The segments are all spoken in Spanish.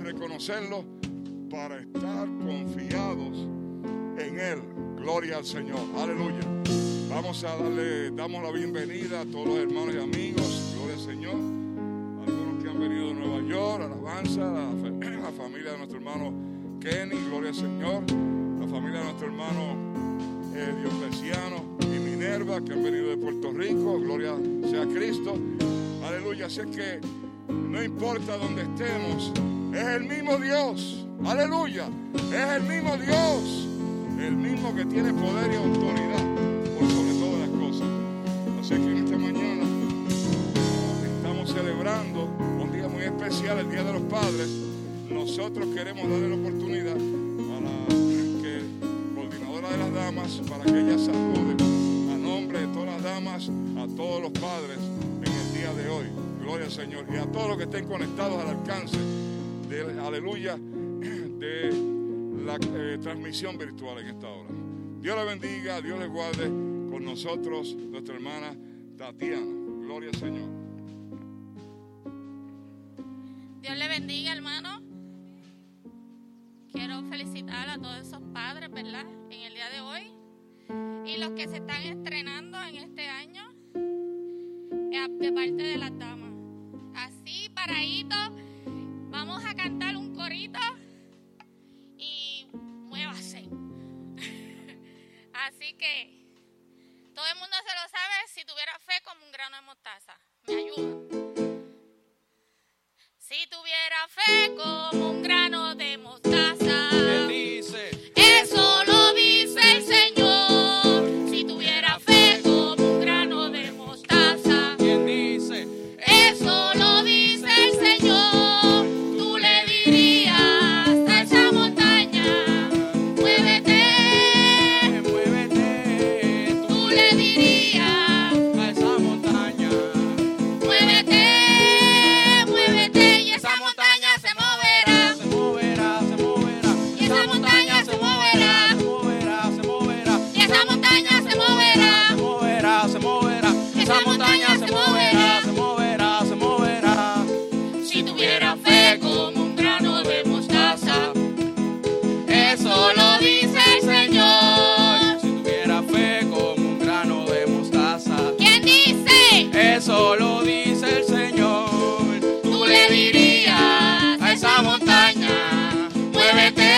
reconocerlo para estar confiados en Él. Gloria al Señor, aleluya. Damos la bienvenida a todos los hermanos y amigos, gloria al Señor. Algunos que han venido de Nueva York, alabanza, la familia de nuestro hermano Kenny, gloria al Señor. La familia de nuestro hermano Diocleciano y Minerva, que han venido de Puerto Rico, gloria sea Cristo, aleluya. Así es que no importa dónde estemos, es el mismo Dios, aleluya, es el mismo Dios, el mismo que tiene poder y autoridad por sobre todas las cosas. Así que en esta mañana estamos celebrando un día muy especial, el Día de los Padres. Nosotros queremos darle la oportunidad a la coordinadora de las damas para que ella salude a nombre de todas las damas a todos los padres en el día de hoy. Gloria al Señor. Y a todos los que estén conectados al alcance de, aleluya, de la transmisión virtual en esta hora. Dios les bendiga, Dios les guarde. Con nosotros nuestra hermana Tatiana. Gloria al Señor. Dios le bendiga, hermano. Quiero felicitar a todos esos padres, ¿verdad?, en el día de hoy. Y los que se están estrenando en este año de parte de las damas. Así, paradito, vamos a cantar un corito y muévase. Así que todo el mundo se lo sabe. Si tuviera fe como un grano de mostaza, me ayuda. Si tuviera fe como un grano de mostaza, ¿qué dice? Eso lo dice el Señor. Si tuviera fe como un grano de mostaza, ¿Quién dice? eso lo dice el Señor. Tú le dirías a esa montaña, muévete. Muévete. Tú le dirías A esa montaña. muévete, muévete, y esa montaña se moverá. Se moverá, se moverá. Y esa montaña se moverá. Se moverá, se moverá. Y esa montaña se moverá. Se moverá, se moverá. Esa montaña se moverá, se moverá, se moverá. Si tuviera fe como un grano de mostaza, Eso lo dice el Señor. Si tuviera fe como un grano de mostaza. ¿Quién dice? Eso lo dice el Señor. Tú le dirías a esa montaña, muévete,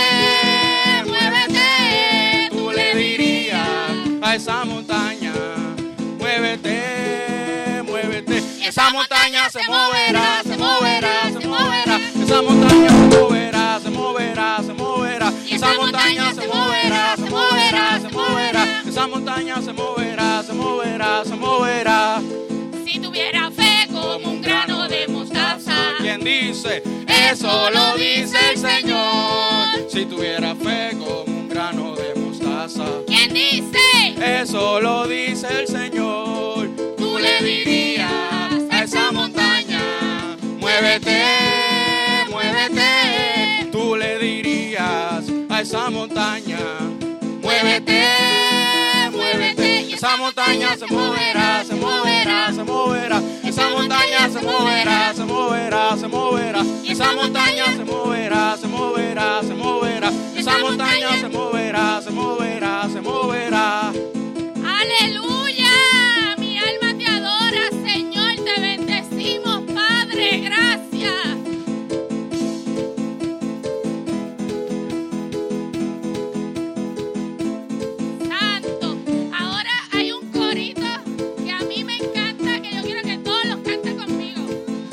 muévete. Tú le dirías a esa montaña, muévete, muévete. Esa montaña se moverá, se moverá, se moverá. Esa montaña se moverá, se moverá, se moverá. Esa montaña se moverá, se moverá, se moverá. Esa montaña se moverá, se moverá, se moverá. Si tuviera fe como un grano de mostaza, ¿Quién dice? Eso lo dice el Señor. Si tuviera fe como un grano de mostaza. ¿quién dice? Eso lo dice el Señor. Tú le dirías a esa montaña, muévete, muévete. Tú le dirías a esa montaña, muévete, muévete. Esa montaña se moverá, se moverá, se moverá. Esa montaña se moverá, se moverá, se moverá. Esa montaña se moverá, se moverá, se moverá. Esa montaña se moverá, se moverá, se moverá. ¡Aleluya! Mi alma te adora, Señor, te bendecimos, Padre, gracias. Santo. Ahora hay un corito que a mí me encanta, que yo quiero que todos los canten conmigo.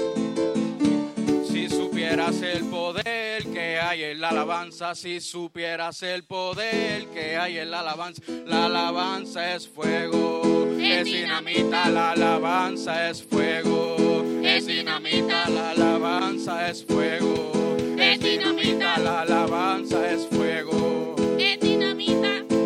Si supieras el poder que hay en la alabanza, si supieras el poder que hay en la alabanza es fuego, es dinamita, la alabanza es fuego, es dinamita, la alabanza es fuego, es dinamita, la alabanza es fuego. Es dinamita.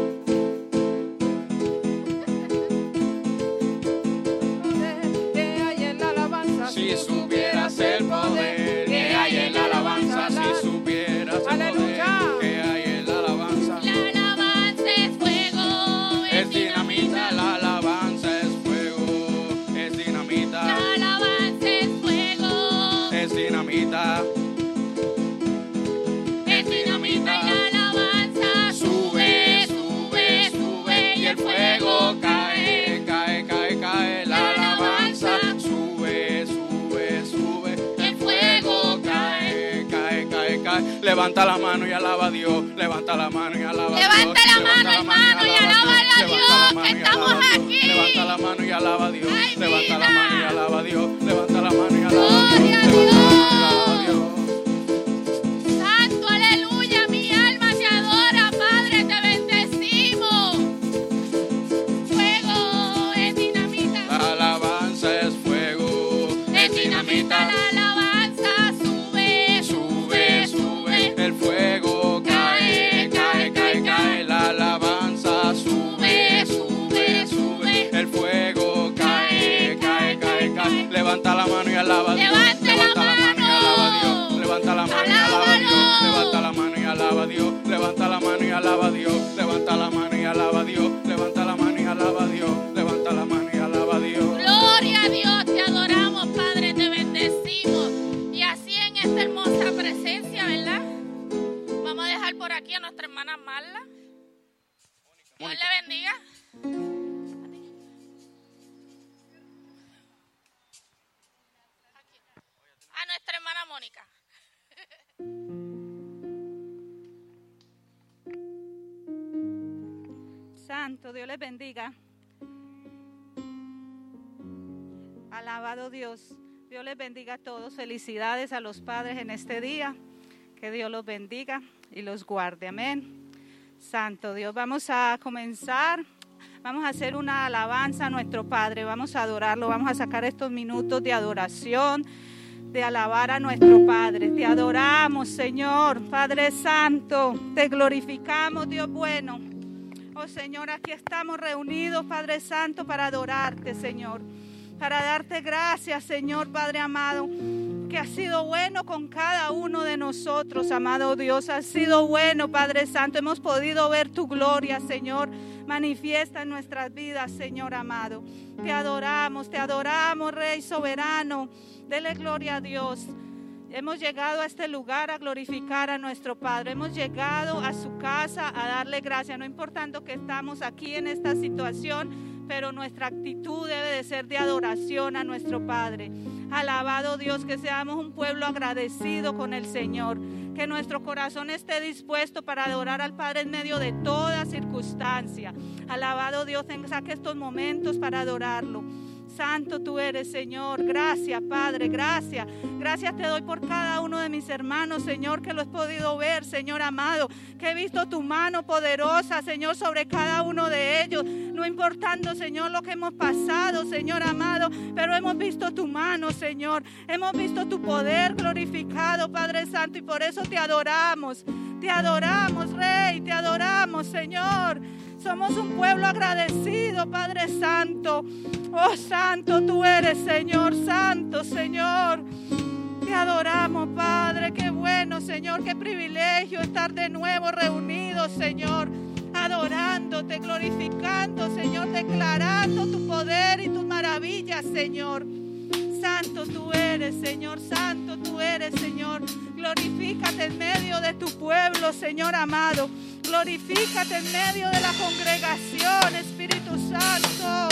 Que hay en la alabanza. Si supieras el poder que hay en la alabanza, si supieras el poder Aleluya. que hay en la alabanza. La alabanza es fuego, Es dinamita, la alabanza es fuego, es dinamita, La alabanza es fuego. es dinamita. Levanta la mano y alaba a Dios. Levanta la mano y alaba a Dios. Levanta la mano, hermano, y alábale a Dios, que estamos aquí. Levanta la mano y alaba a Dios. Ay, Levanta la vida. mano y alaba a Dios. Levanta la mano y alaba a Gloria a Dios. Dios. Levanta la mano y alaba a Dios. Santo, aleluya, mi alma te adora, Padre, te bendecimos. Fuego es dinamita. La alabanza es fuego. Es dinamita la alabanza, sube, sube, sube. El fuego cae, cae, cae, cae. La alabanza sube, sube, sube. El fuego cae, cae, cae, cae. Levanta la mano y alaba a Dios. Levanta la mano. Levanta la mano y alaba a Dios. Levanta la mano y alaba a Dios. Levanta la mano y alaba a Dios. Levanta la mano y alaba a Dios. Levanta la mano y alaba a Dios. Levanta la mano y alaba a Dios. Gloria a Dios, te adoramos, Padre, te bendecimos. Y así en esta hermosa presencia, ¿verdad? Vamos a dejar por aquí a nuestra hermana Marla. Dios le bendiga. A nuestra hermana Mónica. Santo, Dios les bendiga. Alabado Dios. Dios les bendiga a todos. Felicidades a los padres en este día. Que Dios los bendiga y los guarde. Amén. Santo Dios, vamos a comenzar. Vamos a hacer una alabanza a nuestro Padre. Vamos a adorarlo. Vamos a sacar estos minutos de adoración, de alabar a nuestro Padre. Te adoramos, Señor, Padre Santo. Te glorificamos, Dios bueno. Oh Señor, aquí estamos reunidos, Padre Santo, para adorarte, Señor. Para darte gracias, Señor, Padre amado, que has sido bueno con cada uno de nosotros, amado Dios. Has sido bueno, Padre Santo. Hemos podido ver tu gloria, Señor, manifiesta en nuestras vidas, Señor amado. Te adoramos, Rey soberano. Dele gloria a Dios. Hemos llegado a este lugar a glorificar a nuestro Padre. Hemos llegado a su casa a darle gracias, no importando que estamos aquí en esta situación, pero nuestra actitud debe de ser de adoración a nuestro Padre. Alabado Dios, que seamos un pueblo agradecido con el Señor, que nuestro corazón esté dispuesto para adorar al Padre en medio de toda circunstancia. Alabado Dios, saque estos momentos para adorarlo. Santo tú eres, Señor. Gracias, Padre, gracias. Gracias te doy por cada uno de mis hermanos, Señor, que lo he podido ver, Señor amado, que he visto tu mano poderosa, Señor, sobre cada uno de ellos. No importando, Señor, lo que hemos pasado, Señor amado, pero hemos visto tu mano, Señor. Hemos visto tu poder glorificado, Padre Santo, y por eso te adoramos. Te adoramos, Rey, te adoramos, Señor. Somos un pueblo agradecido, Padre Santo. Oh, Santo tú eres, Señor, Santo, Señor. Te adoramos, Padre. Qué bueno, Señor, qué privilegio estar de nuevo reunidos, Señor, adorándote, glorificando, Señor, declarando tu poder y tus maravillas, Señor. Santo tú eres, Señor, santo tú eres, Señor. Glorifícate en medio de tu pueblo, Señor amado. Glorifícate en medio de la congregación, Espíritu Santo.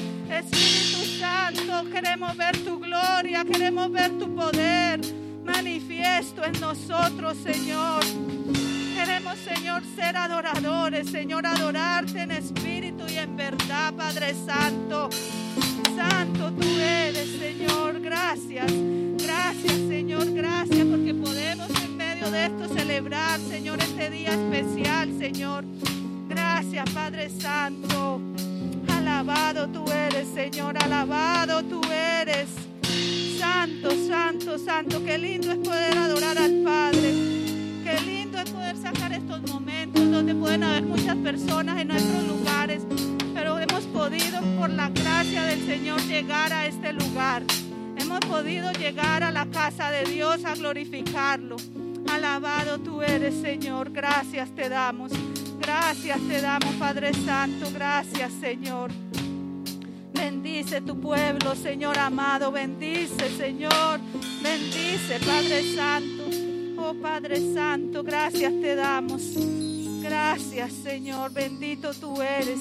Espíritu Santo, queremos ver tu gloria, queremos ver tu poder manifiesto en nosotros, Señor. Queremos, Señor, ser adoradores, Señor, adorarte en espíritu y en verdad, Padre Santo. Santo tú eres, Señor. Gracias, gracias, Señor, gracias porque podemos en medio de esto celebrar, Señor, este día especial, Señor. Gracias, Padre Santo. Alabado tú eres, Señor, alabado tú eres. Santo, santo, santo. Qué lindo es poder adorar al Padre. Qué lindo es poder sacar estos momentos donde pueden haber muchas personas en nuestros lugares, pero hemos podido, por la gracia del Señor, llegar a este lugar. Hemos podido llegar a la casa de Dios a glorificarlo. Alabado tú eres, Señor. Gracias te damos, Padre Santo. Gracias, Señor. Bendice tu pueblo, Señor amado. Bendice, Señor. Bendice, Padre Santo. Oh, Padre Santo, gracias te damos. Gracias, Señor. Bendito tú eres.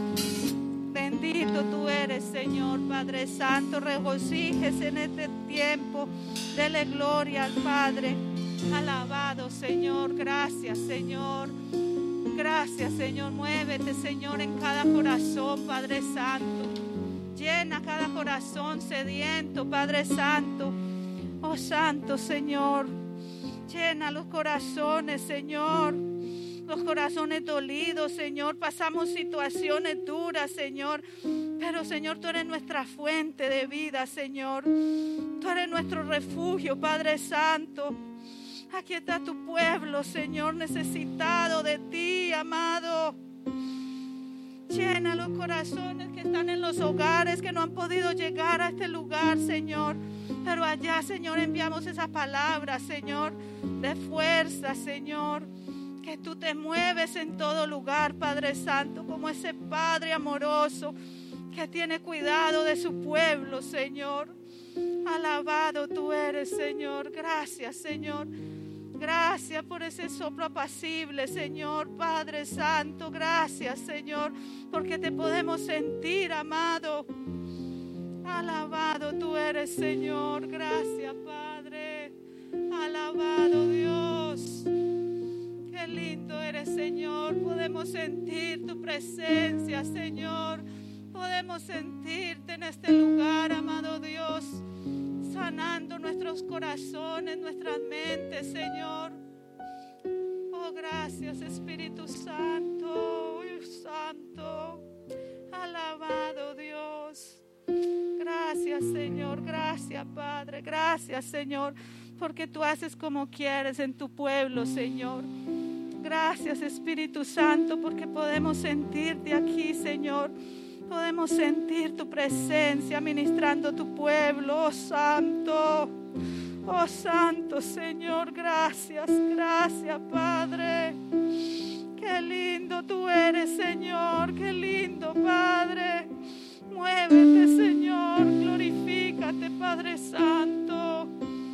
Bendito tú eres, Señor, Padre Santo. Regocíjese en este tiempo. Dele gloria al Padre. Alabado, Señor. Gracias, Señor. Gracias, Señor. Muévete, Señor, en cada corazón, Padre Santo. Llena cada corazón sediento, Padre Santo. Oh, Santo, Señor. Llena los corazones, Señor. Los corazones dolidos, Señor. Pasamos situaciones duras, Señor. Pero, Señor, tú eres nuestra fuente de vida, Señor. Tú eres nuestro refugio, Padre Santo. Aquí está tu pueblo, Señor, necesitado de ti, amado. Llena los corazones que están en los hogares, que no han podido llegar a este lugar, Señor. Pero allá, Señor, enviamos esas palabras, Señor, de fuerza, Señor. Que tú te mueves en todo lugar, Padre Santo, como ese Padre amoroso que tiene cuidado de su pueblo, Señor. Alabado tú eres, Señor. Gracias, Señor. Gracias por ese soplo apacible, Señor, Padre Santo. Gracias, Señor, porque te podemos sentir, amado. Alabado tú eres, Señor. Gracias, Padre. Alabado Dios. Qué lindo eres, Señor. Podemos sentir tu presencia, Señor. Podemos sentirte en este lugar, amado Dios. Sanando nuestros corazones, nuestras mentes, Señor. Oh, gracias, Espíritu Santo. Santo. Alabado Dios. Gracias, Señor. Gracias, Padre. Gracias, Señor, porque tú haces como quieres en tu pueblo, Señor. Gracias, Espíritu Santo, porque podemos sentirte aquí, Señor. Podemos sentir tu presencia ministrando tu pueblo. Oh, Santo. Oh, Santo, Señor. Gracias, gracias, Padre. Qué lindo tú eres, Señor. Qué lindo, Padre. Muévete, Señor. Glorifícate, Padre Santo.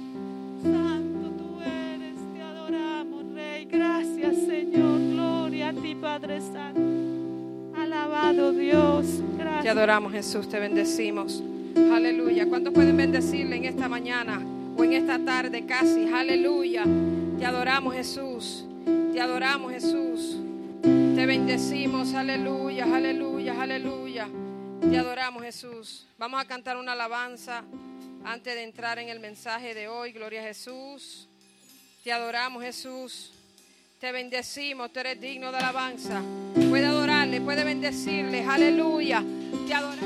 Santo tú eres. Te adoramos, Rey. Gracias, Señor. Gloria a ti, Padre Santo. Alabado Dios. Gracias. Te adoramos, Jesús. Te bendecimos. Aleluya. ¿Cuántos pueden bendecirle en esta mañana o en esta tarde casi? Aleluya. Te adoramos, Jesús. Te adoramos, Jesús. Te bendecimos. Aleluya, aleluya, aleluya. Te adoramos, Jesús. Vamos a cantar una alabanza antes de entrar en el mensaje de hoy. Gloria a Jesús. Te adoramos, Jesús. Te bendecimos. Tú eres digno de alabanza. Puede adorarle, puede bendecirle. Aleluya. Te adoramos.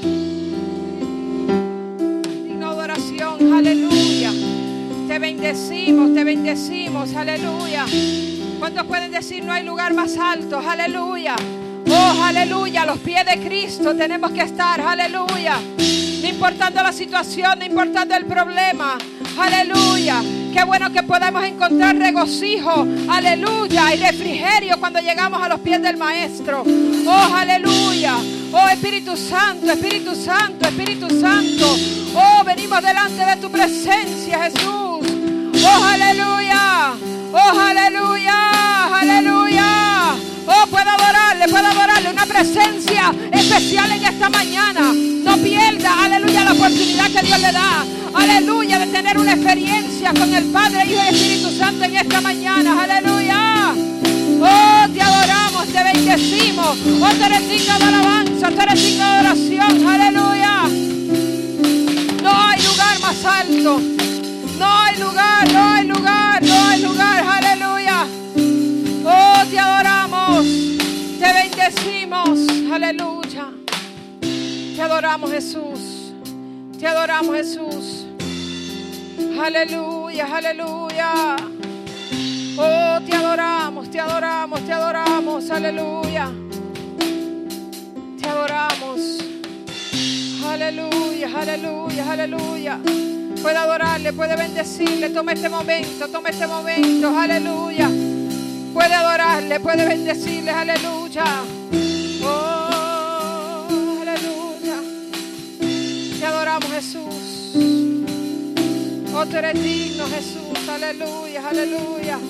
Digno de oración. Aleluya. Te bendecimos. Aleluya. ¿Cuántos pueden decir no hay lugar más alto? Aleluya. Oh, aleluya, a los pies de Cristo tenemos que estar, aleluya. No importando la situación, no importando el problema, aleluya. Qué bueno que podemos encontrar regocijo, aleluya, y refrigerio cuando llegamos a los pies del Maestro. Oh, aleluya. Oh, Espíritu Santo, Espíritu Santo, Espíritu Santo. Oh, venimos delante de tu presencia, Jesús. Oh, aleluya. Oh, aleluya, aleluya. Oh, puedo adorarle una presencia especial en esta mañana. No pierda, aleluya, la oportunidad que Dios le da, aleluya, de tener una experiencia con el Padre, Hijo y Espíritu Santo en esta mañana, aleluya. Oh, te adoramos, te bendecimos. Oh, tú eres digno de alabanza, tú eres digno de oración, aleluya. No hay lugar más alto. No hay lugar, no hay lugar, no hay lugar, aleluya. Oh, te adoramos, te bendecimos, aleluya. Te adoramos, Jesús, te adoramos, Jesús. Aleluya, aleluya. Oh, te adoramos, te adoramos, te adoramos, aleluya. Te adoramos. Aleluya, aleluya, aleluya. Puede adorarle, puede bendecirle. Toma este momento, aleluya. Puede adorarle, puede bendecirle, aleluya. Oh, aleluya. Te adoramos, Jesús. Oh, tú eres digno, Jesús, aleluya, aleluya.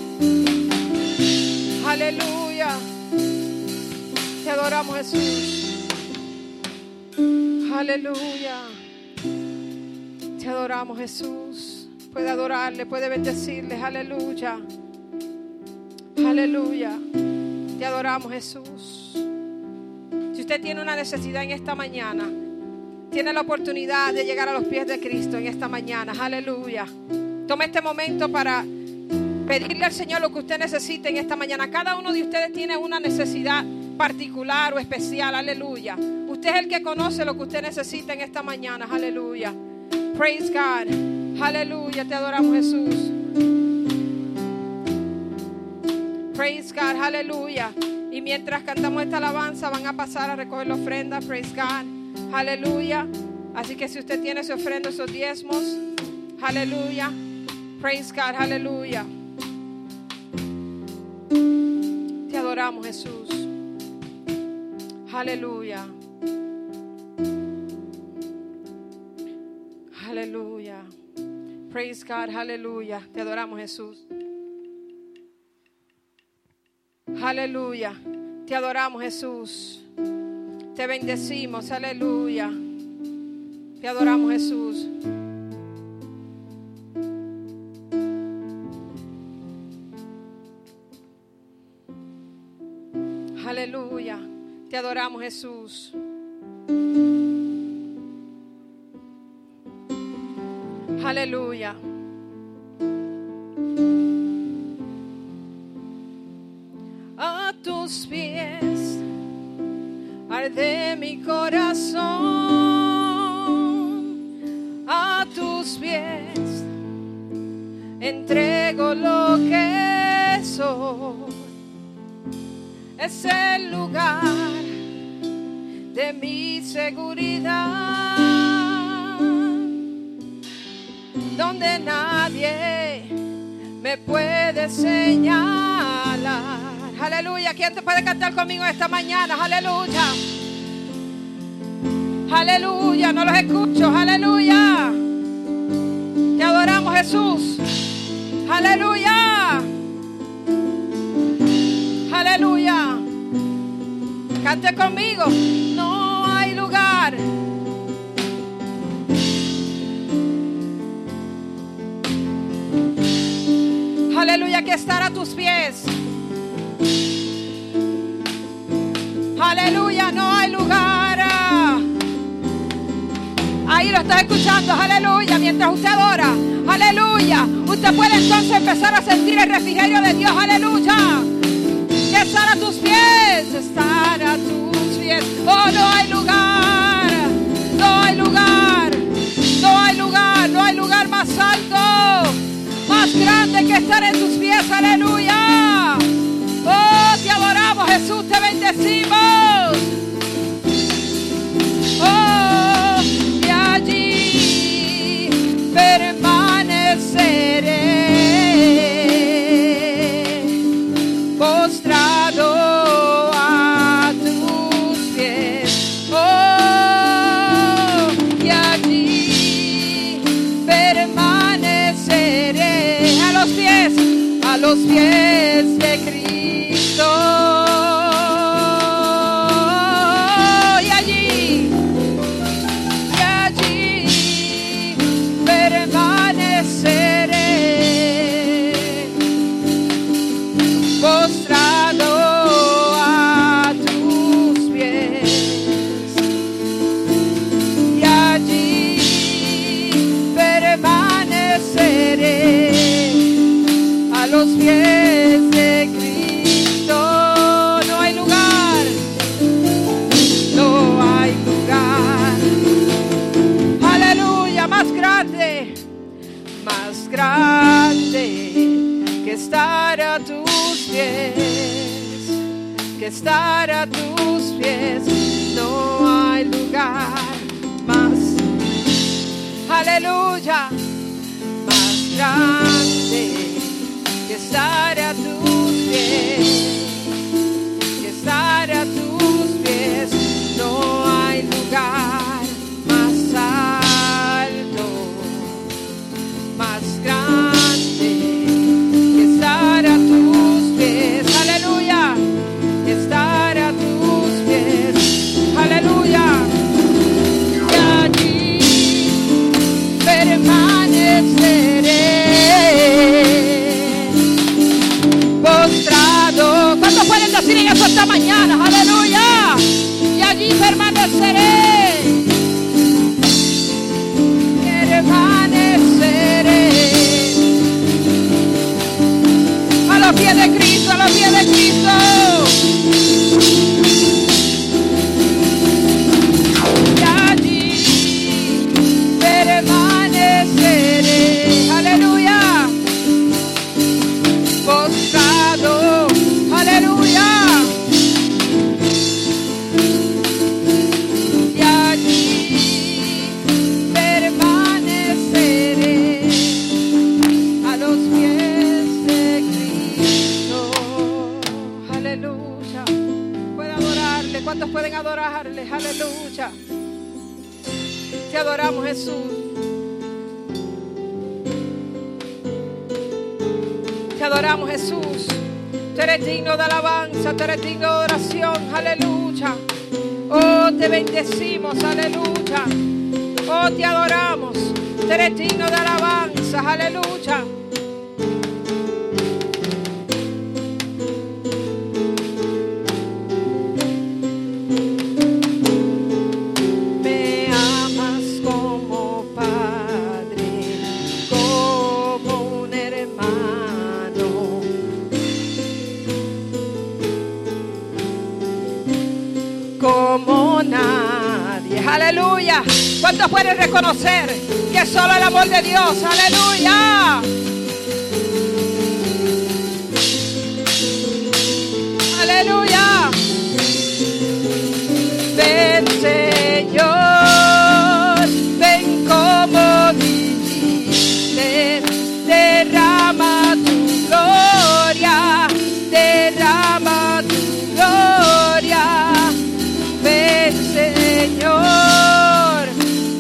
Aleluya. Te adoramos, Jesús. Aleluya. Te adoramos, Jesús. Puede adorarle, puede bendecirle. Aleluya. Aleluya. Te adoramos, Jesús. Si usted tiene una necesidad en esta mañana, tiene la oportunidad de llegar a los pies de Cristo en esta mañana. Aleluya. Tome este momento para pedirle al Señor lo que usted necesite en esta mañana. Cada uno de ustedes tiene una necesidad particular o especial. Aleluya. Usted es el que conoce lo que usted necesita en esta mañana. Aleluya. Praise God. Aleluya. Te adoramos, Jesús. Praise God. Aleluya. Y mientras cantamos esta alabanza, van a pasar a recoger la ofrenda. Praise God. Aleluya. Así que si usted tiene su ofrenda, esos diezmos. Aleluya. Praise God. Aleluya. Te adoramos, Jesús. Aleluya. Aleluya. Praise God. Aleluya. Te adoramos, Jesús. Aleluya. Te adoramos, Jesús. Te bendecimos. Aleluya. Te adoramos, Jesús. Aleluya. Te adoramos, Jesús. Aleluya. A tus pies arde mi corazón. A tus pies entrego lo que soy. Es el lugar de mi seguridad, donde nadie me puede señalar. Aleluya. ¿Quién te puede cantar conmigo esta mañana? Aleluya. Aleluya. No los escucho. Aleluya. Te adoramos, Jesús. Aleluya. Aleluya. Cante conmigo. No hay lugar. Aleluya, que estar a tus pies. Aleluya, no hay lugar. Ahí lo estás escuchando. Aleluya, mientras usted adora. Aleluya. Usted puede entonces empezar a sentir el refrigerio de Dios. Aleluya. Que estar a tus pies. Estar a tus pies. Oh, no hay lugar. No hay lugar. No hay lugar. No hay lugar más alto, más grande que estar en tus pies. Aleluya. Oh, te adoramos, Jesús, te bendecimos. Oh, y allí permaneceré postrado a tus pies. Oh, y allí permaneceré a los pies de Cristo. Y allí permaneceré postrado a tus pies. Y allí permaneceré a los pies de Cristo. No hay lugar, no hay lugar. Aleluya, más grande que estar a tus pies, que estar a tus pies. No hay lugar más, aleluya, más grande que estar a tus pies, que estar a tus pies. No hay lugar más alto, más grande que estar a tus pies. Aleluya, estar a tus pies. Aleluya. Y allí permaneceré aleluya. Te adoramos, Jesús. Te adoramos, Jesús. Tú eres digno de alabanza, tú eres digno de oración, aleluya. Oh, te bendecimos, aleluya. Oh, te adoramos, tú eres digno de alabanza, aleluya. Como nadie, aleluya. ¿Cuántos pueden reconocer que solo el amor de Dios, aleluya? Aleluya. Ven, Señor, ven como dijiste, derrama tu gloria, derrama tu gloria. Ven, Señor,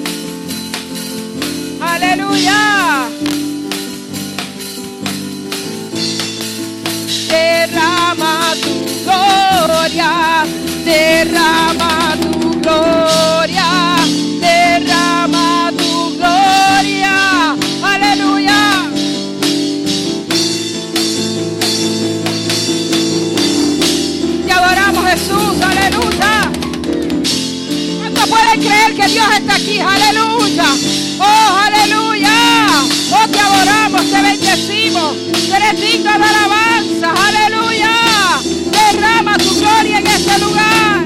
aleluya. Derrama tu gloria, derrama tu gloria, derrama tu gloria, aleluya. Te adoramos, Jesús, aleluya. Pueden creer que Dios está aquí, aleluya, oh, aleluya, oh, te adoramos, te bendecimos, tú eres digno de alabanza, aleluya, derrama tu gloria en este lugar.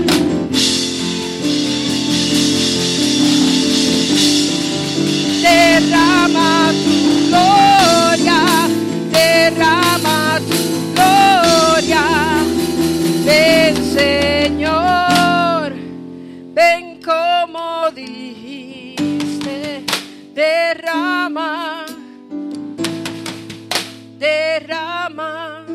Derrama tu gloria, derrama tu gloria, ven, Señor, ven como dijiste, derrama, derrama,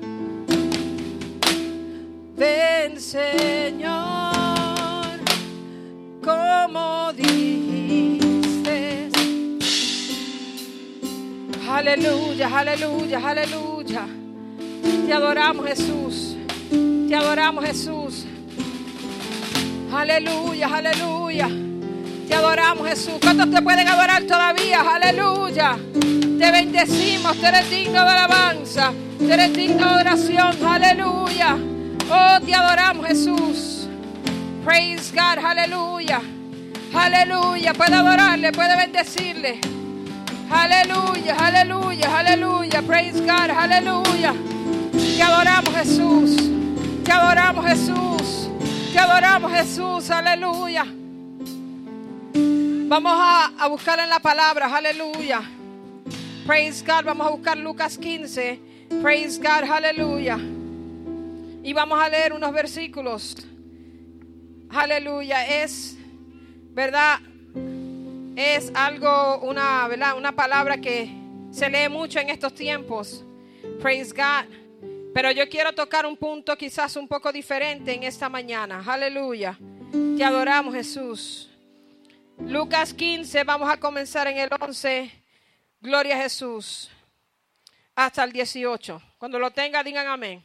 ven, Señor, como dijiste. Aleluya, aleluya, aleluya. Te adoramos, Jesús, te adoramos, Jesús. Aleluya, aleluya. Te adoramos, Jesús. ¿Cuántos te pueden adorar todavía? Aleluya. Te bendecimos. Tú eres digno de alabanza. Tú eres digno de oración. Aleluya. Oh, te adoramos, Jesús. Praise God. Aleluya. Aleluya. Puede adorarle, puede bendecirle. Aleluya, aleluya, aleluya. Praise God. Aleluya. Te adoramos, Jesús. Te adoramos, Jesús. Te adoramos, Jesús, aleluya. Vamos a buscar en la palabra, aleluya. Praise God, vamos a buscar Lucas 15. Praise God, aleluya. Y vamos a leer unos versículos. Aleluya, es, ¿verdad? Es algo, ¿verdad? Una palabra que se lee mucho en estos tiempos. Praise God. Pero yo quiero tocar un punto quizás un poco diferente en esta mañana. Aleluya. Te adoramos, Jesús. Lucas 15, vamos a comenzar en el 11. Gloria a Jesús. Hasta el 18. Cuando lo tenga, digan amén.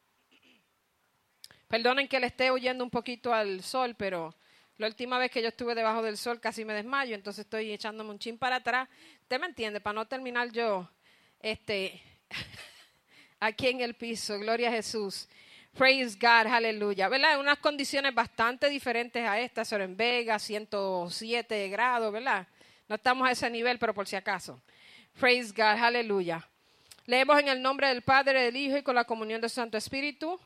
Perdonen que le esté oyendo un poquito al sol, pero la última vez que yo estuve debajo del sol casi me desmayo, entonces estoy echándome un chin para atrás. ¿Usted me entiende? Para no terminar yo aquí en el piso. Gloria a Jesús. Praise God, aleluya. ¿Verdad? Unas condiciones bastante diferentes a estas. Ahora en Vega, 107 grados, ¿verdad? No estamos a ese nivel, pero por si acaso. Praise God, aleluya. Leemos en el nombre del Padre, del Hijo y con la comunión del Santo Espíritu.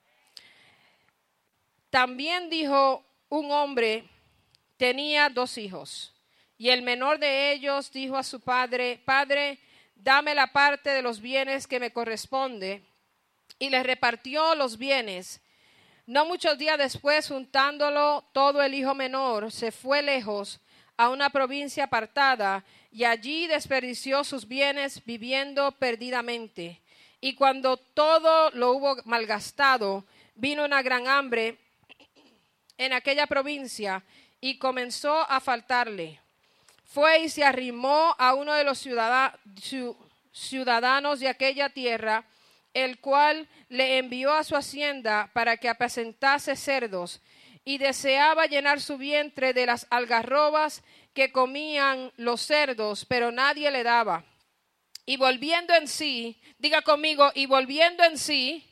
También dijo un hombre, tenía 2 hijos. Y el menor de ellos dijo a su padre, Padre, dame la parte de los bienes que me corresponde. Y le repartió los bienes. No muchos días después, juntándolo todo, el hijo menor se fue lejos a una provincia apartada y allí desperdició sus bienes viviendo perdidamente. Y cuando todo lo hubo malgastado, vino una gran hambre en aquella provincia y comenzó a faltarle. Fue y se arrimó a uno de los ciudadanos de aquella tierra, el cual le envió a su hacienda para que apacentase cerdos, y deseaba llenar su vientre de las algarrobas que comían los cerdos, pero nadie le daba. Y volviendo en sí, diga conmigo, y volviendo en sí,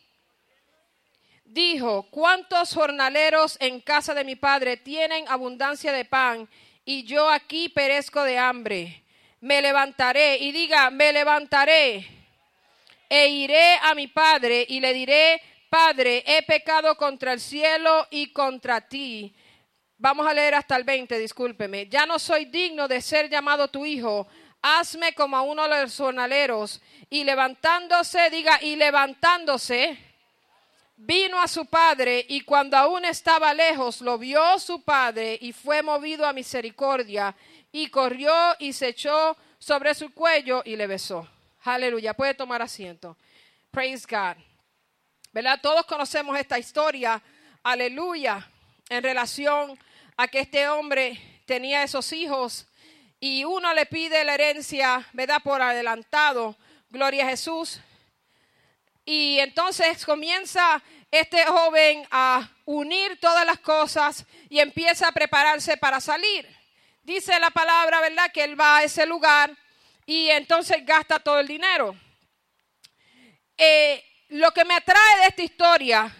dijo: ¿cuántos jornaleros en casa de mi padre tienen abundancia de pan, y yo aquí perezco de hambre? Me levantaré, y diga, me levantaré, e iré a mi padre, y le diré: Padre, he pecado contra el cielo y contra ti. Vamos a leer hasta el 20, discúlpeme. Ya no soy digno de ser llamado tu hijo. Hazme como a uno de los jornaleros. Y levantándose, diga, y levantándose, vino a su padre, y cuando aún estaba lejos, lo vio su padre, y fue movido a misericordia, y corrió y se echó sobre su cuello y le besó. Aleluya, puede tomar asiento. Praise God. ¿Verdad? Todos conocemos esta historia, aleluya, en relación a que este hombre tenía esos hijos y uno le pide la herencia, ¿verdad? Por adelantado, gloria a Jesús. Y entonces comienza este joven a unir todas las cosas y empieza a prepararse para salir. Dice la palabra, ¿verdad?, que él va a ese lugar y entonces gasta todo el dinero. Lo que me atrae de esta historia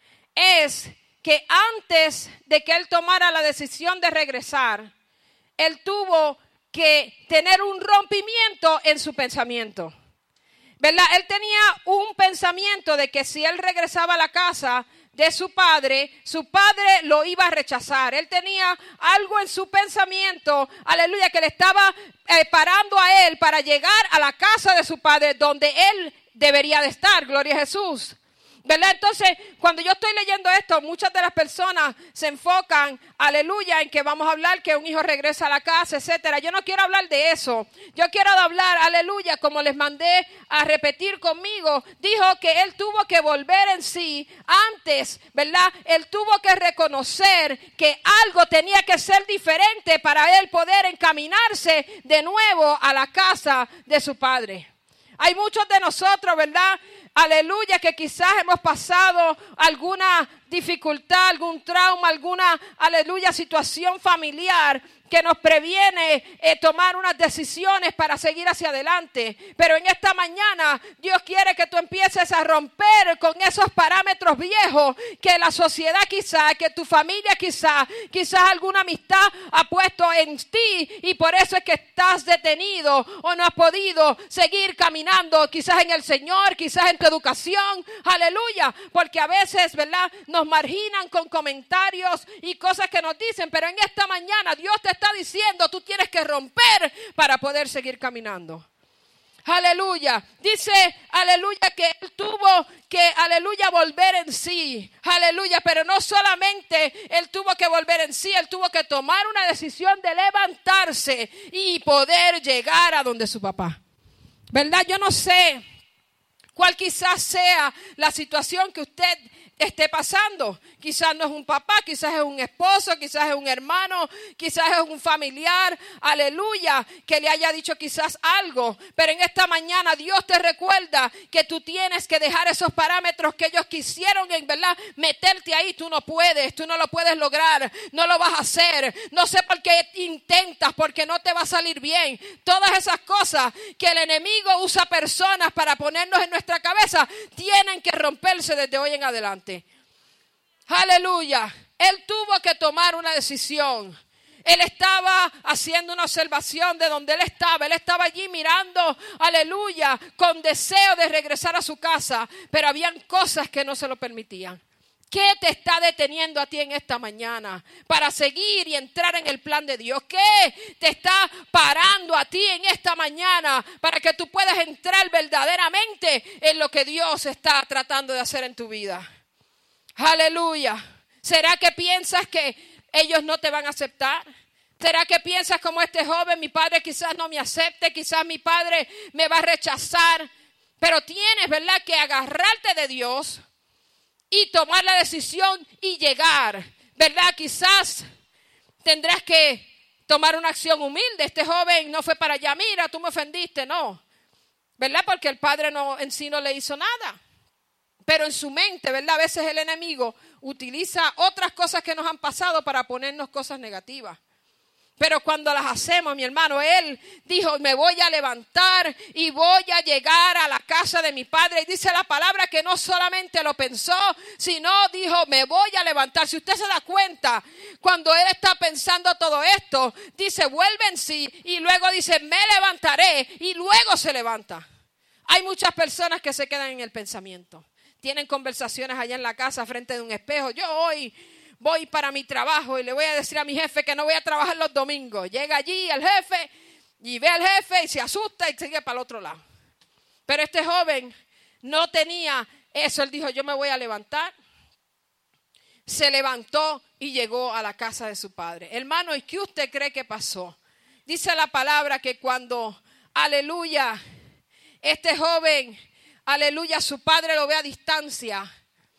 es que antes de que él tomara la decisión de regresar, él tuvo que tener un rompimiento en su pensamiento, ¿verdad? Él tenía un pensamiento de que si él regresaba a la casa de su padre lo iba a rechazar. Él tenía algo en su pensamiento, aleluya, que le estaba parando a él para llegar a la casa de su padre donde él debería de estar, gloria a Jesús, ¿verdad? Entonces, cuando yo estoy leyendo esto, muchas de las personas se enfocan, aleluya, en que vamos a hablar que un hijo regresa a la casa, etcétera. Yo no quiero hablar de eso. Yo quiero hablar, aleluya, como les mandé a repetir conmigo, dijo que él tuvo que volver en sí antes, ¿verdad? Él tuvo que reconocer que algo tenía que ser diferente para él poder encaminarse de nuevo a la casa de su padre. Hay muchos de nosotros, ¿verdad? Aleluya, que quizás hemos pasado alguna dificultad, algún trauma, alguna, aleluya, situación familiar que nos previene tomar unas decisiones para seguir hacia adelante. Pero en esta mañana Dios quiere que tú empieces a romper con esos parámetros viejos que la sociedad quizás, que tu familia quizás alguna amistad ha puesto en ti y por eso es que estás detenido o no has podido seguir caminando quizás en el Señor, quizás en tu educación, aleluya, porque a veces, ¿verdad?, nos marginan con comentarios y cosas que nos dicen, pero en esta mañana Dios te está diciendo, tú tienes que romper para poder seguir caminando. Aleluya. Dice, aleluya, que él tuvo que, aleluya, volver en sí. Aleluya, pero no solamente él tuvo que volver en sí, él tuvo que tomar una decisión de levantarse y poder llegar a donde su papá. ¿Verdad? Yo no sé cuál quizás sea la situación que usted esté pasando. Quizás no es un papá, quizás es un esposo, quizás es un hermano, quizás es un familiar, aleluya, que le haya dicho quizás algo, pero en esta mañana Dios te recuerda que tú tienes que dejar esos parámetros que ellos quisieron, en verdad, meterte ahí. Tú no lo puedes lograr, no lo vas a hacer, no sé por qué intentas, porque no te va a salir bien. Todas esas cosas que el enemigo usa personas para ponernos en nuestra cabeza, tienen que romperse desde hoy en adelante. Aleluya. Él tuvo que tomar una decisión. Él estaba haciendo una observación de donde él estaba. Él estaba allí mirando, aleluya, con deseo de regresar a su casa. Pero habían cosas que no se lo permitían. ¿Qué te está deteniendo a ti en esta mañana para seguir y entrar en el plan de Dios? ¿Qué te está parando a ti en esta mañana para que tú puedas entrar verdaderamente en lo que Dios está tratando de hacer en tu vida? Aleluya. ¿Será que piensas que ellos no te van a aceptar? ¿Será que piensas como este joven, mi padre quizás no me acepte, quizás mi padre me va a rechazar? Pero tienes, ¿verdad?, que agarrarte de Dios y tomar la decisión y llegar. ¿verdad? Quizás tendrás que tomar una acción humilde. Este joven no fue para allá, mira, tú me ofendiste, no. ¿Verdad? Porque el padre en sí no le hizo nada. Pero en su mente, ¿verdad? A veces el enemigo utiliza otras cosas que nos han pasado para ponernos cosas negativas. Pero cuando las hacemos, mi hermano, él dijo, me voy a levantar y voy a llegar a la casa de mi padre. Y dice la palabra que no solamente lo pensó, sino dijo, me voy a levantar. Si usted se da cuenta, cuando él está pensando todo esto, dice, vuelve en sí. Y luego dice, me levantaré. Y luego se levanta. Hay muchas personas que se quedan en el pensamiento. Tienen conversaciones allá en la casa frente de un espejo. Yo hoy voy para mi trabajo y le voy a decir a mi jefe que no voy a trabajar los domingos. Llega allí el jefe y ve al jefe y se asusta y sigue para el otro lado. Pero este joven no tenía eso. Él dijo, yo me voy a levantar. Se levantó y llegó a la casa de su padre. Hermano, ¿y qué usted cree que pasó? Dice la palabra que cuando, aleluya, este joven, aleluya, su padre lo ve a distancia.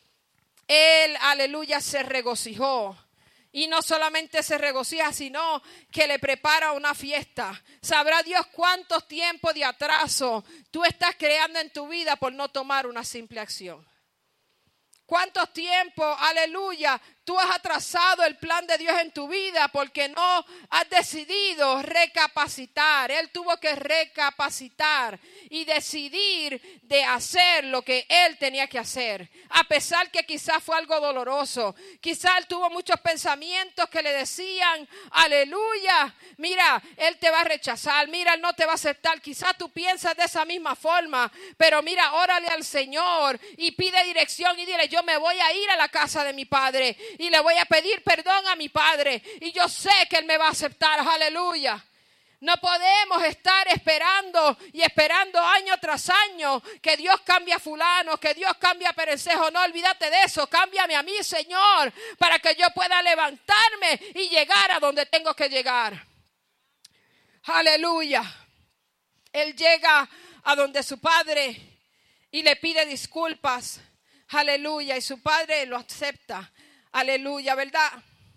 Él, aleluya, se regocijó. Y no solamente se regocija, sino que le prepara una fiesta. Sabrá Dios cuántos tiempos de atraso tú estás creando en tu vida por no tomar una simple acción. ¿Cuántos tiempos, aleluya, tú has atrasado el plan de Dios en tu vida porque no has decidido recapacitar? Él tuvo que recapacitar y decidir de hacer lo que él tenía que hacer. A pesar que quizás fue algo doloroso. Quizás él tuvo muchos pensamientos que le decían, aleluya, mira, él te va a rechazar, mira, él no te va a aceptar. Quizás tú piensas de esa misma forma, pero mira, órale al Señor y pide dirección y dile, yo me voy a ir a la casa de mi padre y le voy a pedir perdón a mi padre y yo sé que él me va a aceptar, aleluya. No podemos estar esperando y esperando año tras año que Dios cambie a fulano, que Dios cambie a perencejo. No, olvídate de eso, cámbiame a mí, Señor, para que yo pueda levantarme y llegar a donde tengo que llegar. Aleluya. Él llega a donde su padre y le pide disculpas. Aleluya, y su padre lo acepta. Aleluya, ¿verdad?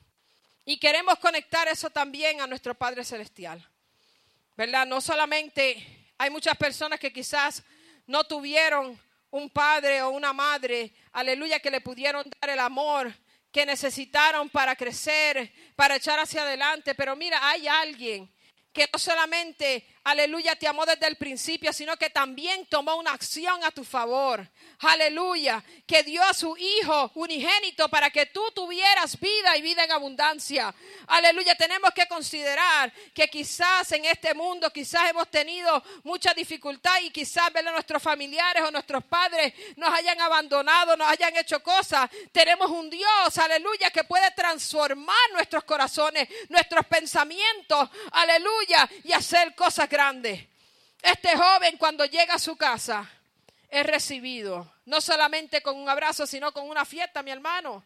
Y queremos conectar eso también a nuestro Padre Celestial, ¿verdad? No solamente hay muchas personas que quizás no tuvieron un padre o una madre, aleluya, que le pudieron dar el amor que necesitaron para crecer, para echar hacia adelante. Pero mira, hay alguien que no solamente, aleluya, te amó desde el principio, sino que también tomó una acción a tu favor. Aleluya, que dio a su Hijo unigénito para que tú tuvieras vida y vida en abundancia. Aleluya, tenemos que considerar que quizás en este mundo, quizás hemos tenido mucha dificultad y quizás ver a nuestros familiares o nuestros padres nos hayan abandonado, nos hayan hecho cosas. Tenemos un Dios, aleluya, que puede transformar nuestros corazones, nuestros pensamientos, aleluya, y hacer cosas grandes. Este joven, cuando llega a su casa, es recibido no solamente con un abrazo, sino con una fiesta, mi hermano.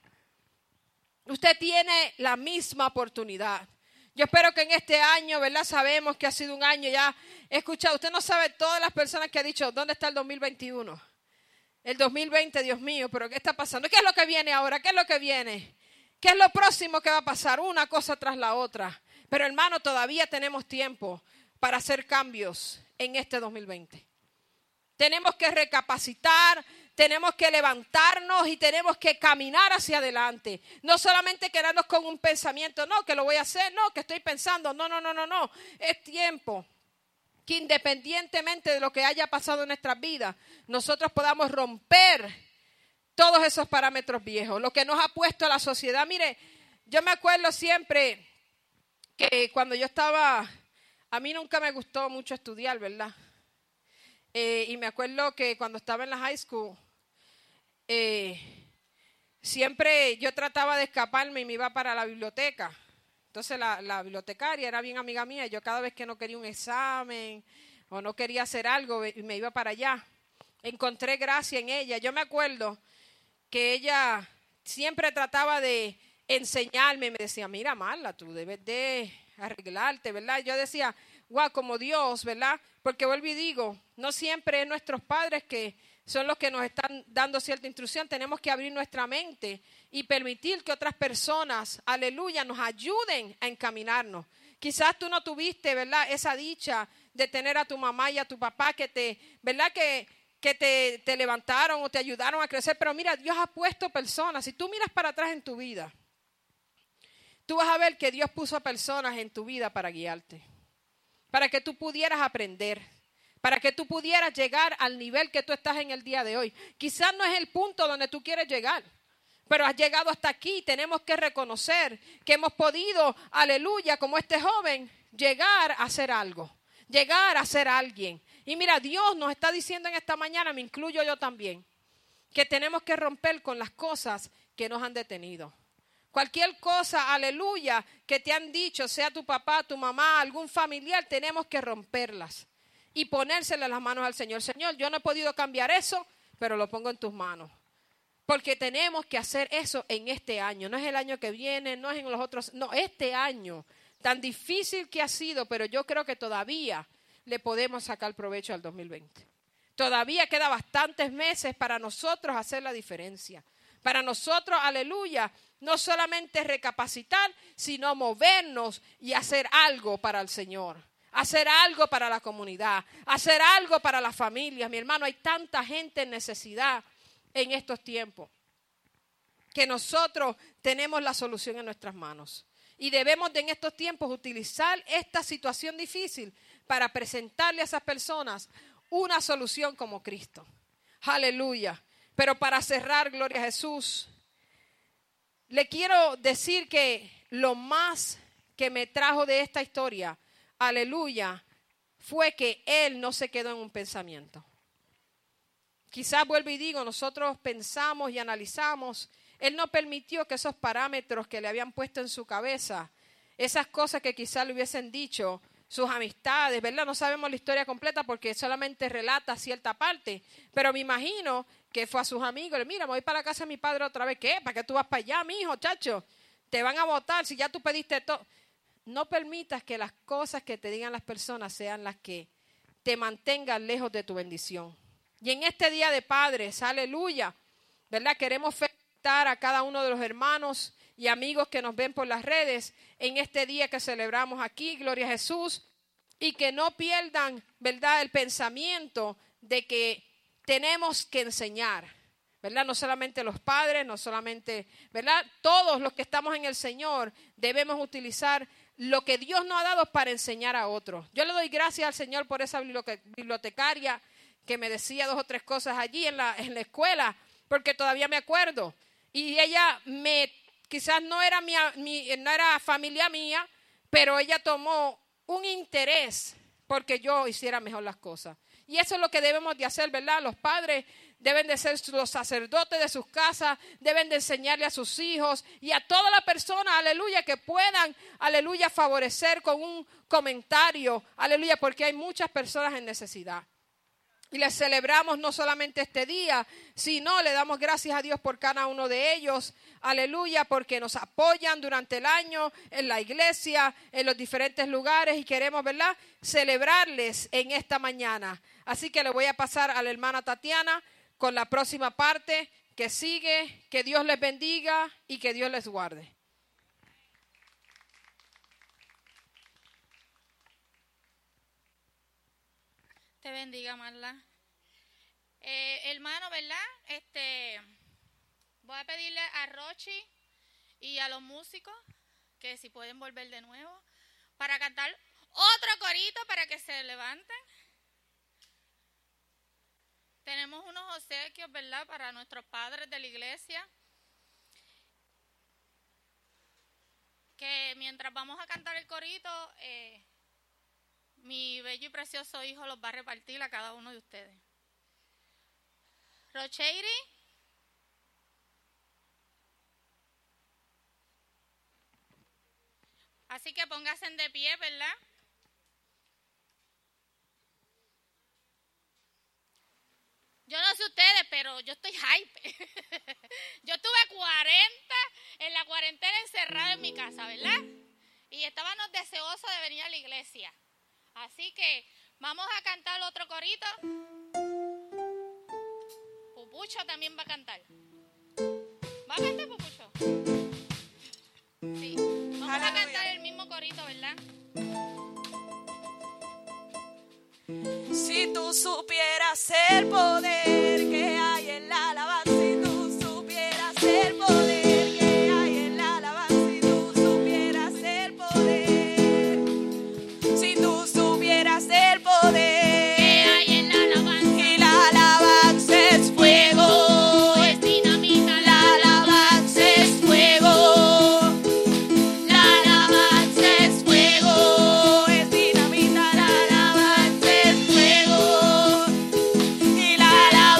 Usted tiene la misma oportunidad. Yo espero que en este año, ¿verdad? Sabemos que ha sido un año ya. He escuchado, usted no sabe todas las personas que ha dicho, ¿dónde está el 2021? El 2020, Dios mío, pero ¿qué está pasando? ¿Qué es lo que viene ahora? ¿Qué es lo que viene? ¿Qué es lo próximo que va a pasar? Una cosa tras la otra. Pero hermano, todavía tenemos tiempo para hacer cambios en este 2020. Tenemos que recapacitar, tenemos que levantarnos y tenemos que caminar hacia adelante. No solamente quedarnos con un pensamiento, no, que lo voy a hacer, no, que estoy pensando, no. Es tiempo que independientemente de lo que haya pasado en nuestras vidas, nosotros podamos romper todos esos parámetros viejos, lo que nos ha puesto la sociedad. Mire, yo me acuerdo siempre que cuando yo estaba, a mí nunca me gustó mucho estudiar, ¿verdad? Y me acuerdo que cuando estaba en la high school, siempre yo trataba de escaparme y me iba para la biblioteca. Entonces la bibliotecaria era bien amiga mía y yo cada vez que no quería un examen o no quería hacer algo, me iba para allá. Encontré gracia en ella. Yo me acuerdo que ella siempre trataba de enseñarme, me decía, mira Marla, tú debes de arreglarte, ¿verdad? Yo decía, wow, como Dios, ¿verdad? Porque vuelvo y digo, no siempre es nuestros padres que son los que nos están dando cierta instrucción. Tenemos que abrir nuestra mente y permitir que otras personas, aleluya, nos ayuden a encaminarnos. Quizás tú no tuviste, ¿verdad?, esa dicha de tener a tu mamá y a tu papá que te levantaron o te ayudaron a crecer. Pero mira, Dios ha puesto personas. Si tú miras para atrás en tu vida, tú vas a ver que Dios puso personas en tu vida para guiarte, para que tú pudieras aprender, para que tú pudieras llegar al nivel que tú estás en el día de hoy. Quizás no es el punto donde tú quieres llegar, pero has llegado hasta aquí. Tenemos que reconocer que hemos podido, aleluya, como este joven, llegar a hacer algo, llegar a ser alguien. Y mira, Dios nos está diciendo en esta mañana, me incluyo yo también, que tenemos que romper con las cosas que nos han detenido. Cualquier cosa, aleluya, que te han dicho, sea tu papá, tu mamá, algún familiar, tenemos que romperlas y ponérselas las manos al Señor. Señor, yo no he podido cambiar eso, pero lo pongo en tus manos. Porque tenemos que hacer eso en este año. No es el año que viene, no es en los otros. No, este año, tan difícil que ha sido, pero yo creo que todavía le podemos sacar provecho al 2020. Todavía queda bastantes meses para nosotros hacer la diferencia. Para nosotros, aleluya, no solamente recapacitar, sino movernos y hacer algo para el Señor. Hacer algo para la comunidad, hacer algo para las familias. Mi hermano, hay tanta gente en necesidad en estos tiempos que nosotros tenemos la solución en nuestras manos. Y debemos en estos tiempos utilizar esta situación difícil para presentarle a esas personas una solución como Cristo. Aleluya. Pero para cerrar, gloria a Jesús, le quiero decir que lo más que me trajo de esta historia, aleluya, fue que él no se quedó en un pensamiento. Quizás vuelvo y digo, nosotros pensamos y analizamos. Él no permitió que esos parámetros que le habían puesto en su cabeza, esas cosas que quizás le hubiesen dicho sus amistades, ¿verdad? No sabemos la historia completa porque solamente relata cierta parte, pero me imagino que fue a sus amigos, mira, me voy para la casa de mi padre otra vez. ¿Qué? ¿Para qué tú vas para allá, mijo, chacho? Te van a votar si ya tú pediste todo. No permitas que las cosas que te digan las personas sean las que te mantengan lejos de tu bendición. Y en este día de padres, aleluya, ¿verdad? Queremos felicitar a cada uno de los hermanos y amigos que nos ven por las redes en este día que celebramos aquí, gloria a Jesús, y que no pierdan, ¿verdad?, el pensamiento de que tenemos que enseñar, ¿verdad? No solamente los padres, no solamente, ¿verdad? Todos los que estamos en el Señor debemos utilizar lo que Dios nos ha dado para enseñar a otros. Yo le doy gracias al Señor por esa bibliotecaria que me decía 2 o 3 cosas allí en la escuela, porque todavía me acuerdo. Y ella quizás no era no era familia mía, pero ella tomó un interés porque yo hiciera mejor las cosas. Y eso es lo que debemos de hacer, ¿verdad? Los padres deben de ser los sacerdotes de sus casas, deben de enseñarle a sus hijos y a toda la persona, aleluya, que puedan, aleluya, favorecer con un comentario, aleluya, porque hay muchas personas en necesidad. Y les celebramos no solamente este día, sino le damos gracias a Dios por cada uno de ellos, aleluya, porque nos apoyan durante el año en la iglesia, en los diferentes lugares y queremos, ¿verdad?, celebrarles en esta mañana. Así que le voy a pasar a la hermana Tatiana con la próxima parte que sigue. Que Dios les bendiga y que Dios les guarde. Te bendiga, Marla. Hermano, ¿verdad? Voy a pedirle a Rochi y a los músicos que si pueden volver de nuevo para cantar otro corito para que se levanten. Tenemos unos obsequios, ¿verdad?, para nuestros padres de la iglesia. Que mientras vamos a cantar el corito, mi bello y precioso hijo los va a repartir a cada uno de ustedes. Rocheiri. Así que pónganse de pie, ¿verdad? Yo no sé ustedes, pero yo estoy hype. Yo estuve en la cuarentena encerrada en mi casa, ¿verdad? Y estábamos deseosos de venir a la iglesia. Así que vamos a cantar otro corito. Pupucho también va a cantar. ¿Va a cantar Pupucho? Sí. Vamos a cantar el mismo corito, ¿verdad? Si tú supieras el poder que hay en la alabanza, si tú supieras el poder que hay en la alabanza, si tú supieras el poder, si tú supieras el poder. La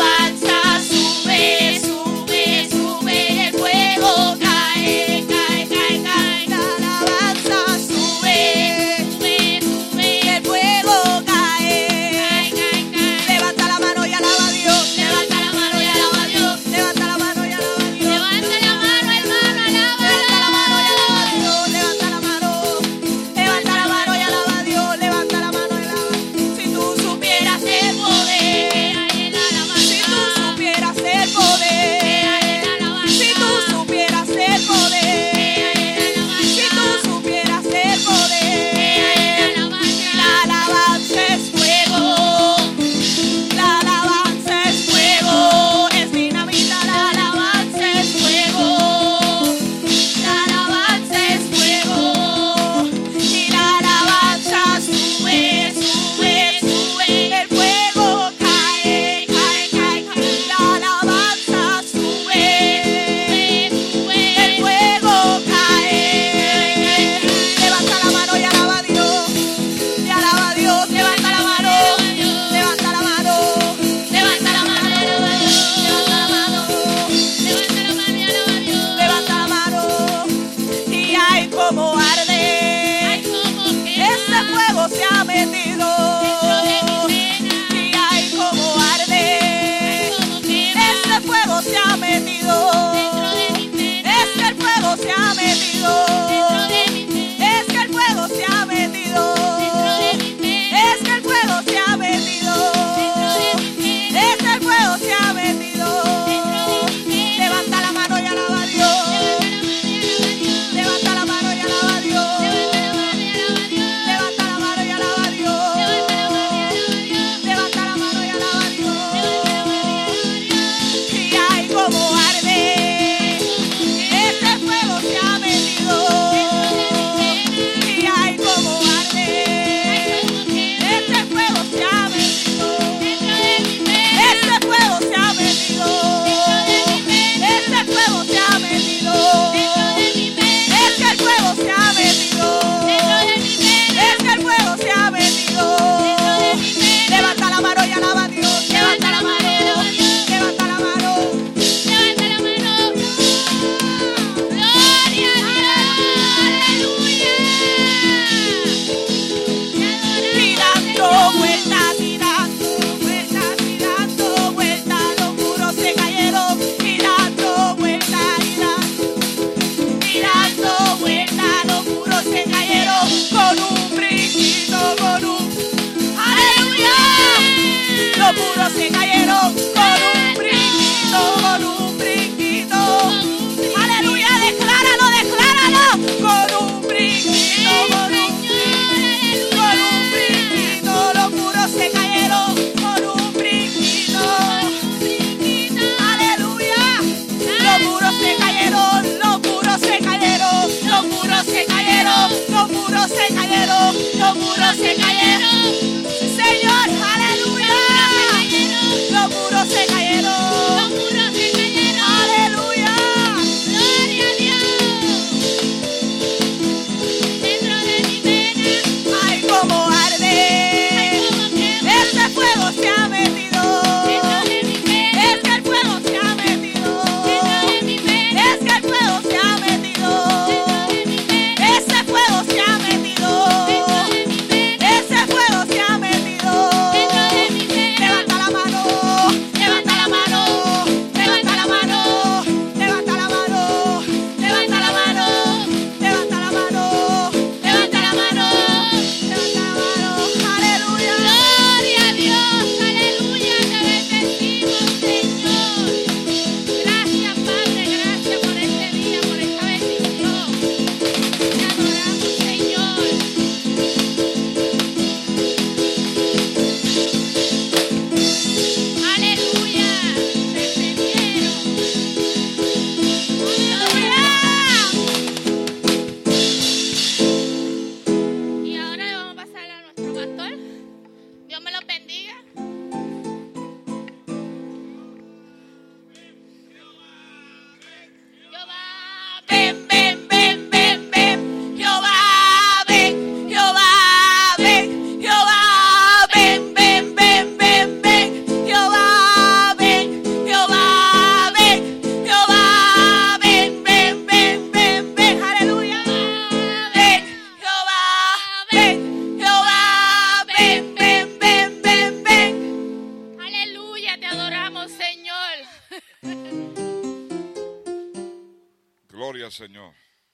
Señor.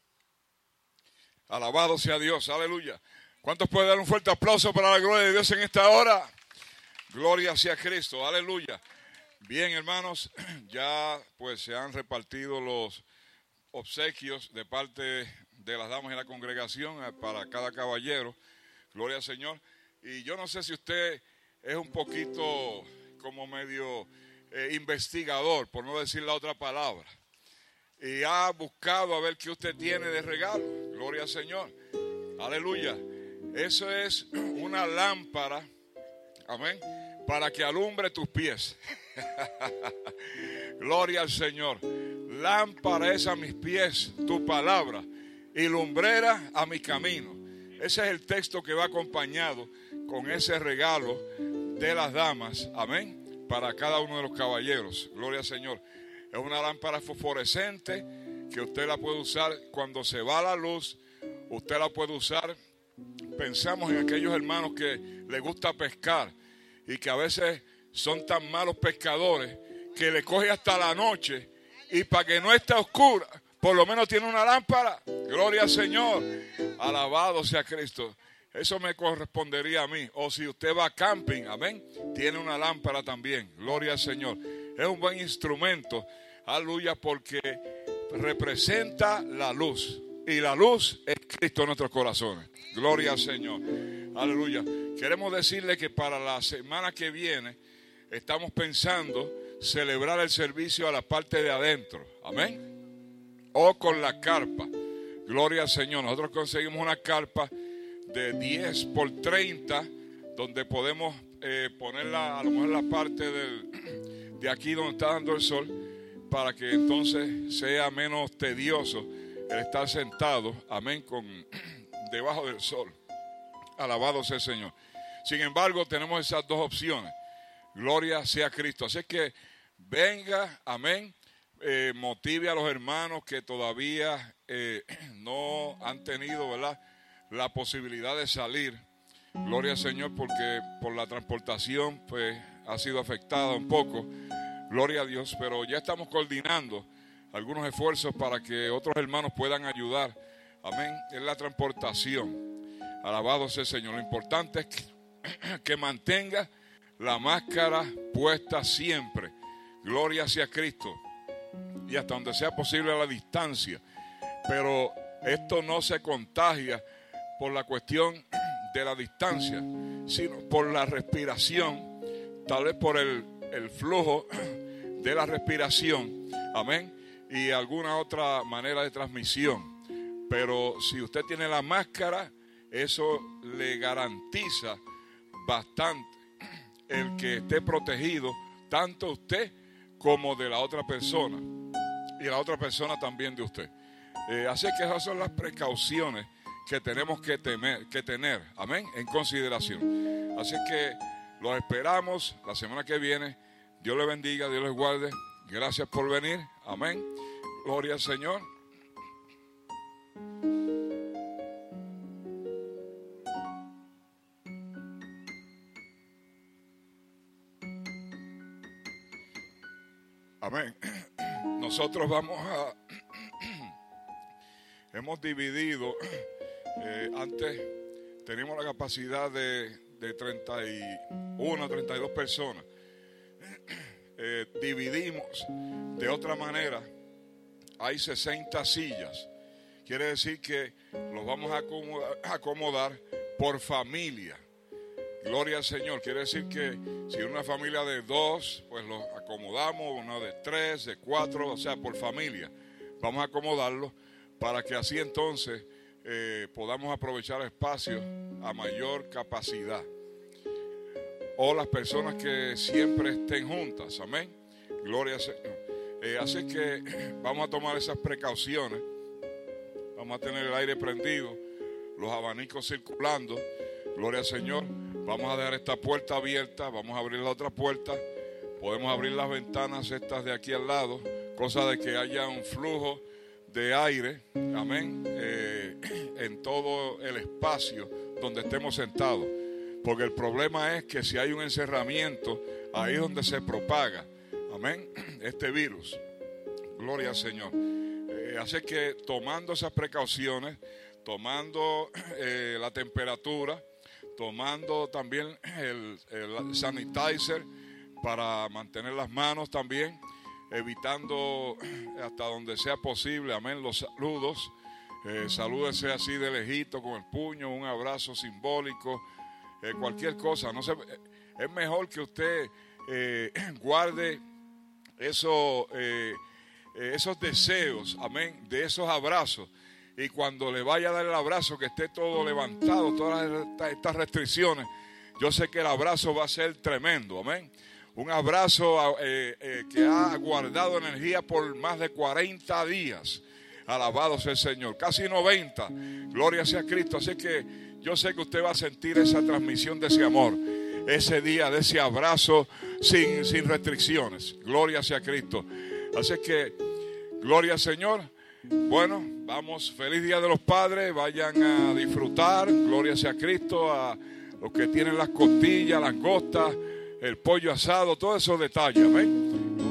Alabado sea Dios, aleluya. ¿Cuántos pueden dar un fuerte aplauso para la gloria de Dios en esta hora? Gloria sea Cristo, aleluya. Bien, hermanos, ya pues se han repartido los obsequios de parte de las damas de la congregación para cada caballero. Gloria al Señor. Y yo no sé si usted es un poquito como medio investigador, por no decir la otra palabra, y ha buscado a ver qué usted tiene de regalo. Gloria al Señor, aleluya. Eso es una lámpara, amén, para que alumbre tus pies. Gloria al Señor. Lámpara es a mis pies tu palabra y lumbrera a mi camino. Ese es el texto que va acompañado con ese regalo de las damas, amén, para cada uno de los caballeros. Gloria al Señor. Es una lámpara fosforescente que usted la puede usar cuando se va la luz. Usted la puede usar. Pensamos en aquellos hermanos que les gusta pescar y que a veces son tan malos pescadores que le coge hasta la noche, y para que no esté oscura, por lo menos tiene una lámpara. Gloria al Señor. Alabado sea Cristo. Eso me correspondería a mí. O si usted va a camping, amén, tiene una lámpara también. Gloria al Señor. Es un buen instrumento, aleluya, porque representa la luz. Y la luz es Cristo en nuestros corazones. Gloria al Señor. Aleluya. Queremos decirle que para la semana que viene estamos pensando celebrar el servicio a la parte de adentro. Amén. O con la carpa. Gloria al Señor. Nosotros conseguimos una carpa de 10 por 30 donde podemos ponerla a lo mejor en la parte de aquí donde está dando el sol, para que entonces sea menos tedioso el estar sentado, amén, debajo del sol. Alabado sea el Señor. Sin embargo, tenemos esas dos opciones. Gloria sea Cristo. Así que venga, amén, motive a los hermanos que todavía no han tenido, ¿verdad?, la posibilidad de salir. Gloria al Señor, porque por la transportación pues ha sido afectada un poco. Gloria a Dios, pero ya estamos coordinando algunos esfuerzos para que otros hermanos puedan ayudar, amén, en la transportación. Alabado sea el Señor. Lo importante es que mantenga la máscara puesta siempre. Gloria sea Cristo. Y hasta donde sea posible a la distancia. Pero esto no se contagia por la cuestión de la distancia, sino por la respiración, tal vez por el flujo de la respiración, amén, y alguna otra manera de transmisión. Pero si usted tiene la máscara, eso le garantiza bastante el que esté protegido, tanto usted como de la otra persona, y la otra persona también de usted. Así que esas son las precauciones que tenemos que tener, amén, en consideración. Así que los esperamos la semana que viene. Dios les bendiga, Dios les guarde. Gracias por venir, amén. Gloria al Señor. Amén. Nosotros vamos a hemos dividido, antes teníamos la capacidad de 31 a 32 personas. Dividimos de otra manera. Hay 60 sillas. Quiere decir que los vamos a acomodar por familia. Gloria al Señor. Quiere decir que si una familia de 2, pues los acomodamos, uno de 3, de 4, o sea, por familia. Vamos a acomodarlos para que así entonces podamos aprovechar espacios a mayor capacidad. O las personas que siempre estén juntas, amén. Gloria al Señor. Así que vamos a tomar esas precauciones. Vamos a tener el aire prendido, los abanicos circulando. Gloria al Señor. Vamos a dejar esta puerta abierta. Vamos a abrir la otra puerta. Podemos abrir las ventanas estas de aquí al lado, cosa de que haya un flujo de aire, amén, en todo el espacio donde estemos sentados. Porque el problema es que si hay un encerramiento, ahí es donde se propaga, amén, este virus. Gloria al Señor. Así que tomando esas precauciones, tomando la temperatura, tomando también el sanitizer para mantener las manos también, evitando hasta donde sea posible, amén, los saludos. Salúdese así de lejito con el puño, un abrazo simbólico, cualquier cosa. No sé, es mejor que usted guarde esos deseos, amén, de esos abrazos. Y cuando le vaya a dar el abrazo, que esté todo levantado, todas estas restricciones, yo sé que el abrazo va a ser tremendo, amén. Un abrazo que ha guardado energía por más de 40 días. Alabado sea el Señor, casi 90. Gloria sea a Cristo. Así que yo sé que usted va a sentir esa transmisión de ese amor, ese día de ese abrazo sin restricciones. Gloria sea a Cristo. Así que, gloria al Señor. Bueno, vamos, feliz Día de los Padres, vayan a disfrutar, gloria sea a Cristo, a los que tienen las costillas, langostas, el pollo asado, todos esos detalles, amén.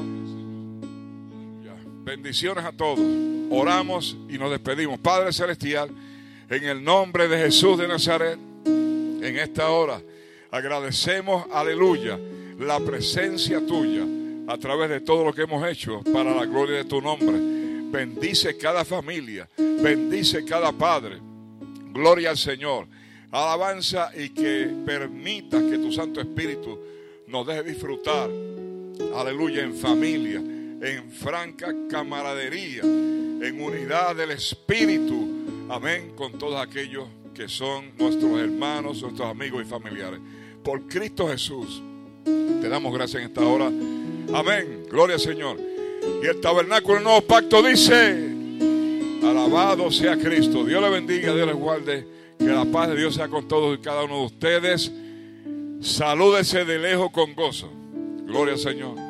Bendiciones a todos, oramos y nos despedimos. Padre Celestial, en el nombre de Jesús de Nazaret, en esta hora, agradecemos, aleluya, la presencia tuya a través de todo lo que hemos hecho para la gloria de tu nombre. Bendice cada familia, bendice cada padre. Gloria al Señor. Alabanza y que permita que tu Santo Espíritu nos deje disfrutar, aleluya, en familia, en franca camaradería, en unidad del Espíritu, amén, con todos aquellos que son nuestros hermanos, nuestros amigos y familiares. Por Cristo Jesús, te damos gracias en esta hora. Amén, gloria al Señor. Y el tabernáculo del nuevo pacto dice: alabado sea Cristo. Dios le bendiga, Dios le guarde. Que la paz de Dios sea con todos y cada uno de ustedes. Salúdese de lejos con gozo. Gloria al Señor.